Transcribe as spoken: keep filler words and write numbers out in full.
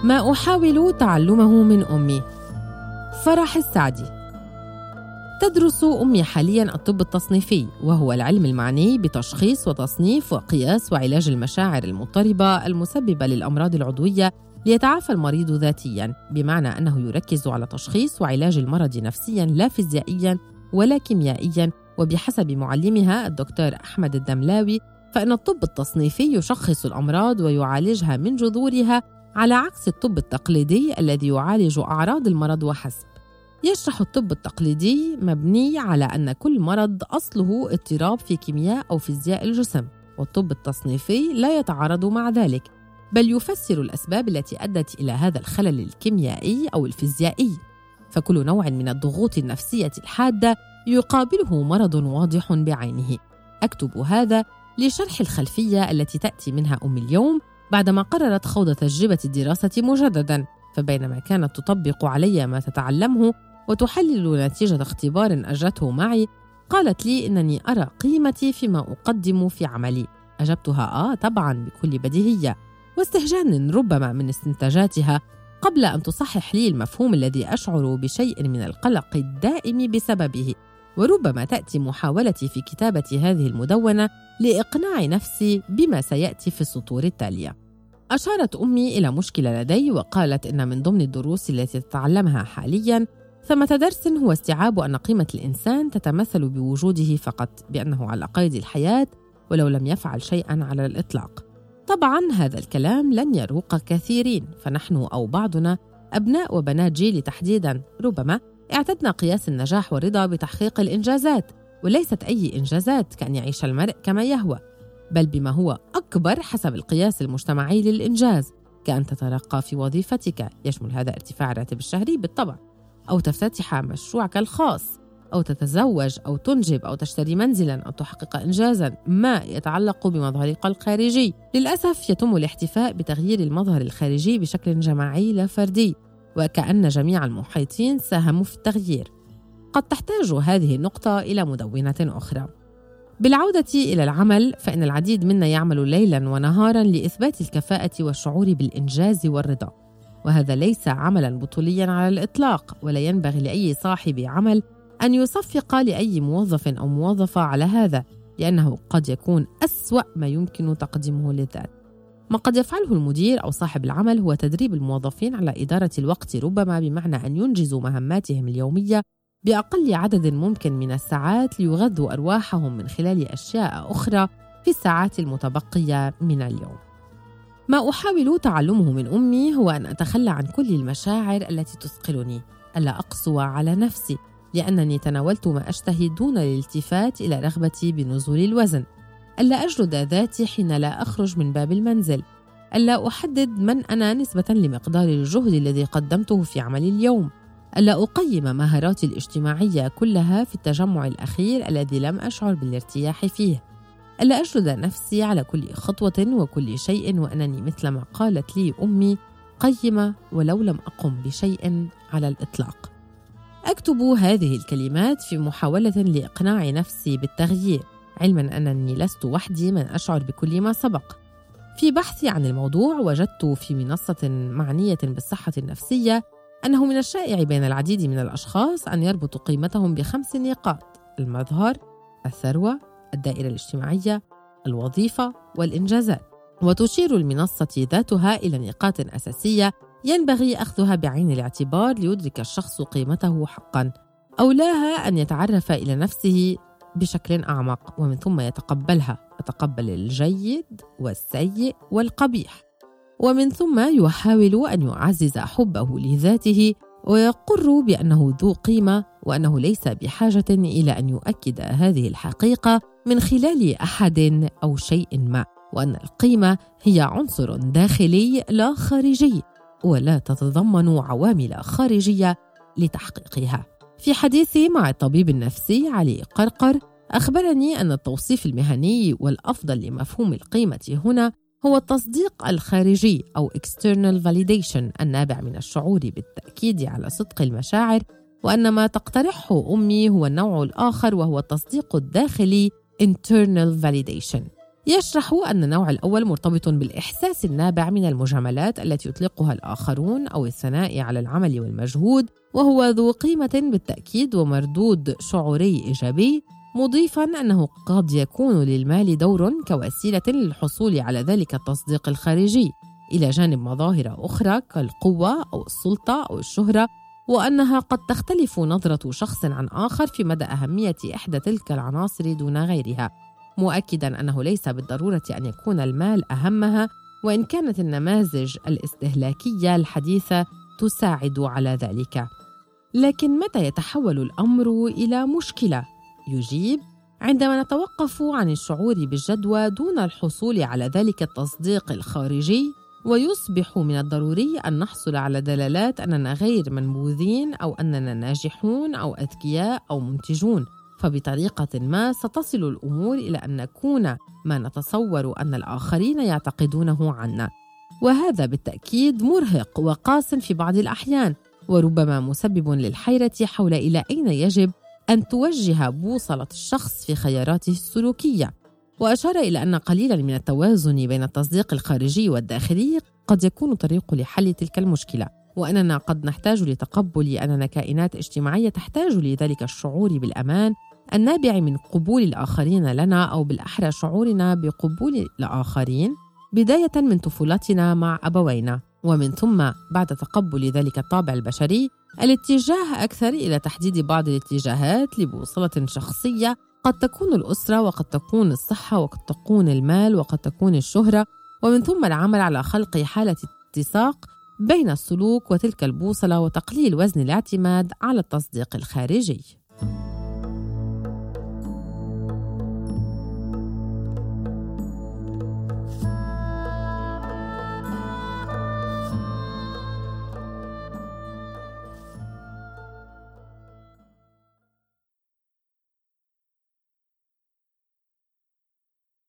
ما أحاول تعلمه من أمي. فرح السعدي. تدرس أمي حالياً الطب التصنيفي، وهو العلم المعني بتشخيص وتصنيف وقياس وعلاج المشاعر المضطربة المسببة للأمراض العضوية ليتعافى المريض ذاتياً، بمعنى أنه يركز على تشخيص وعلاج المرض نفسياً لا فيزيائياً ولا كيميائياً. وبحسب معلمها الدكتور أحمد الدملاوي، فإن الطب التصنيفي يشخص الأمراض ويعالجها من جذورها، على عكس الطب التقليدي الذي يعالج أعراض المرض وحسب. يشرح الطب التقليدي مبني على أن كل مرض أصله اضطراب في كيمياء أو فيزياء الجسم، والطب التصنيفي لا يتعارض مع ذلك، بل يفسر الأسباب التي أدت إلى هذا الخلل الكيميائي أو الفيزيائي. فكل نوع من الضغوط النفسية الحادة يقابله مرض واضح بعينه. أكتب هذا لشرح الخلفية التي تأتي منها أم اليوم بعدما قررت خوض تجربة الدراسة مجدداً. فبينما كانت تطبق علي ما تتعلمه وتحلل نتيجة اختبار أجرته معي، قالت لي إنني أرى قيمتي فيما أقدم في عملي. أجبتها آه طبعاً بكل بديهية واستهجان ربما من استنتاجاتها، قبل أن تصحح لي المفهوم الذي أشعر بشيء من القلق الدائم بسببه. وربما تأتي محاولتي في كتابة هذه المدونة لإقناع نفسي بما سيأتي في السطور التالية. أشارت أمي إلى مشكلة لدي وقالت إن من ضمن الدروس التي تتعلمها حالياً ثمة درس هو استيعاب أن قيمة الإنسان تتمثل بوجوده فقط، بأنه على قيد الحياة ولو لم يفعل شيئاً على الإطلاق. طبعاً هذا الكلام لن يروق كثيرين، فنحن أو بعضنا أبناء وبنات جيل تحديداً ربما اعتدنا قياس النجاح والرضا بتحقيق الإنجازات، وليست أي إنجازات كأن يعيش المرء كما يهوى، بل بما هو أكبر حسب القياس المجتمعي للإنجاز، كأن تترقى في وظيفتك، يشمل هذا ارتفاع الراتب الشهري بالطبع، أو تفتتح مشروعك الخاص، أو تتزوج، أو تنجب، أو تشتري منزلاً، أو تحقق إنجازاً ما يتعلق بمظهرك الخارجي. للأسف يتم الاحتفاء بتغيير المظهر الخارجي بشكل جماعي لا فردي، وكأن جميع المحيطين ساهموا في التغيير. قد تحتاج هذه النقطة إلى مدونة أخرى. بالعودة إلى العمل، فإن العديد منا يعمل ليلاً ونهاراً لإثبات الكفاءة والشعور بالإنجاز والرضا، وهذا ليس عملاً بطولياً على الإطلاق، ولا ينبغي لأي صاحب عمل أن يصفق لأي موظف أو موظفة على هذا، لأنه قد يكون أسوأ ما يمكن تقديمه للذات. ما قد يفعله المدير أو صاحب العمل هو تدريب الموظفين على إدارة الوقت، ربما بمعنى أن ينجزوا مهماتهم اليومية بأقل عدد ممكن من الساعات ليغذوا أرواحهم من خلال أشياء أخرى في الساعات المتبقية من اليوم. ما أحاول تعلمه من أمي هو أن أتخلى عن كل المشاعر التي تثقلني، ألا أقسو على نفسي لأنني تناولت ما أشتهي دون الالتفات إلى رغبتي بنزول الوزن، ألا أجلد ذاتي حين لا أخرج من باب المنزل، ألا أحدد من أنا نسبة لمقدار الجهد الذي قدمته في عملي اليوم، ألا أقيم مهاراتي الاجتماعية كلها في التجمع الأخير الذي لم أشعر بالارتياح فيه، ألا أجلد نفسي على كل خطوة وكل شيء، وأنني مثلما قالت لي أمي قيمة ولو لم أقم بشيء على الإطلاق. أكتب هذه الكلمات في محاولة لإقناع نفسي بالتغيير، علماً أنني لست وحدي من أشعر بكل ما سبق. في بحثي عن الموضوع وجدت في منصة معنية بالصحة النفسية أنه من الشائع بين العديد من الأشخاص أن يربطوا قيمتهم بخمس نقاط: المظهر، الثروة، الدائرة الاجتماعية، الوظيفة، والإنجازات. وتشير المنصة ذاتها إلى نقاط أساسية ينبغي أخذها بعين الاعتبار ليدرك الشخص قيمته حقاً. أولاها أن يتعرف إلى نفسه بشكل أعمق، ومن ثم يتقبلها، يتقبل الجيد والسيء والقبيح، ومن ثم يحاول أن يعزز حبه لذاته ويقر بأنه ذو قيمة، وأنه ليس بحاجة إلى أن يؤكد هذه الحقيقة من خلال أحد أو شيء ما، وأن القيمة هي عنصر داخلي لا خارجي، ولا تتضمن عوامل خارجية لتحقيقها. في حديثي مع الطبيب النفسي علي قرقر، أخبرني أن التوصيف المهني والأفضل لمفهوم القيمة هنا هو التصديق الخارجي أو external validation النابع من الشعور بالتأكيد على صدق المشاعر، وأن ما تقترحه أمي هو النوع الآخر، وهو التصديق الداخلي internal validation. يشرح أن النوع الأول مرتبط بالإحساس النابع من المجاملات التي يطلقها الآخرون أو الثناء على العمل والمجهود، وهو ذو قيمة بالتأكيد ومردود شعوري إيجابي، مضيفاً أنه قد يكون للمال دور كوسيلة للحصول على ذلك التصديق الخارجي، إلى جانب مظاهر أخرى كالقوة أو السلطة أو الشهرة، وأنها قد تختلف نظرة شخص عن آخر في مدى أهمية إحدى تلك العناصر دون غيرها، مؤكداً أنه ليس بالضرورة أن يكون المال أهمها، وإن كانت النماذج الاستهلاكية الحديثة تساعد على ذلك. لكن متى يتحول الأمر إلى مشكلة؟ يجيب: عندما نتوقف عن الشعور بالجدوى دون الحصول على ذلك التصديق الخارجي، ويصبح من الضروري أن نحصل على دلالات أننا غير منبوذين أو أننا ناجحون أو أذكياء أو منتجون، فبطريقة ما ستصل الأمور إلى أن نكون ما نتصور أن الآخرين يعتقدونه عنا، وهذا بالتأكيد مرهق وقاس في بعض الأحيان، وربما مسبب للحيرة حول إلى أين يجب أن توجه بوصلة الشخص في خياراته السلوكية. وأشار إلى أن قليلاً من التوازن بين التصديق الخارجي والداخلي قد يكون طريق لحل تلك المشكلة، وأننا قد نحتاج لتقبل أننا كائنات اجتماعية تحتاج لذلك الشعور بالأمان النابع من قبول الآخرين لنا، أو بالأحرى شعورنا بقبول الآخرين بداية من طفولتنا مع أبوينا، ومن ثم بعد تقبل ذلك الطابع البشري الاتجاه أكثر إلى تحديد بعض الاتجاهات لبوصلة شخصية، قد تكون الأسرة وقد تكون الصحة وقد تكون المال وقد تكون الشهرة، ومن ثم العمل على خلق حالة اتساق بين السلوك وتلك البوصلة وتقليل وزن الاعتماد على التصديق الخارجي.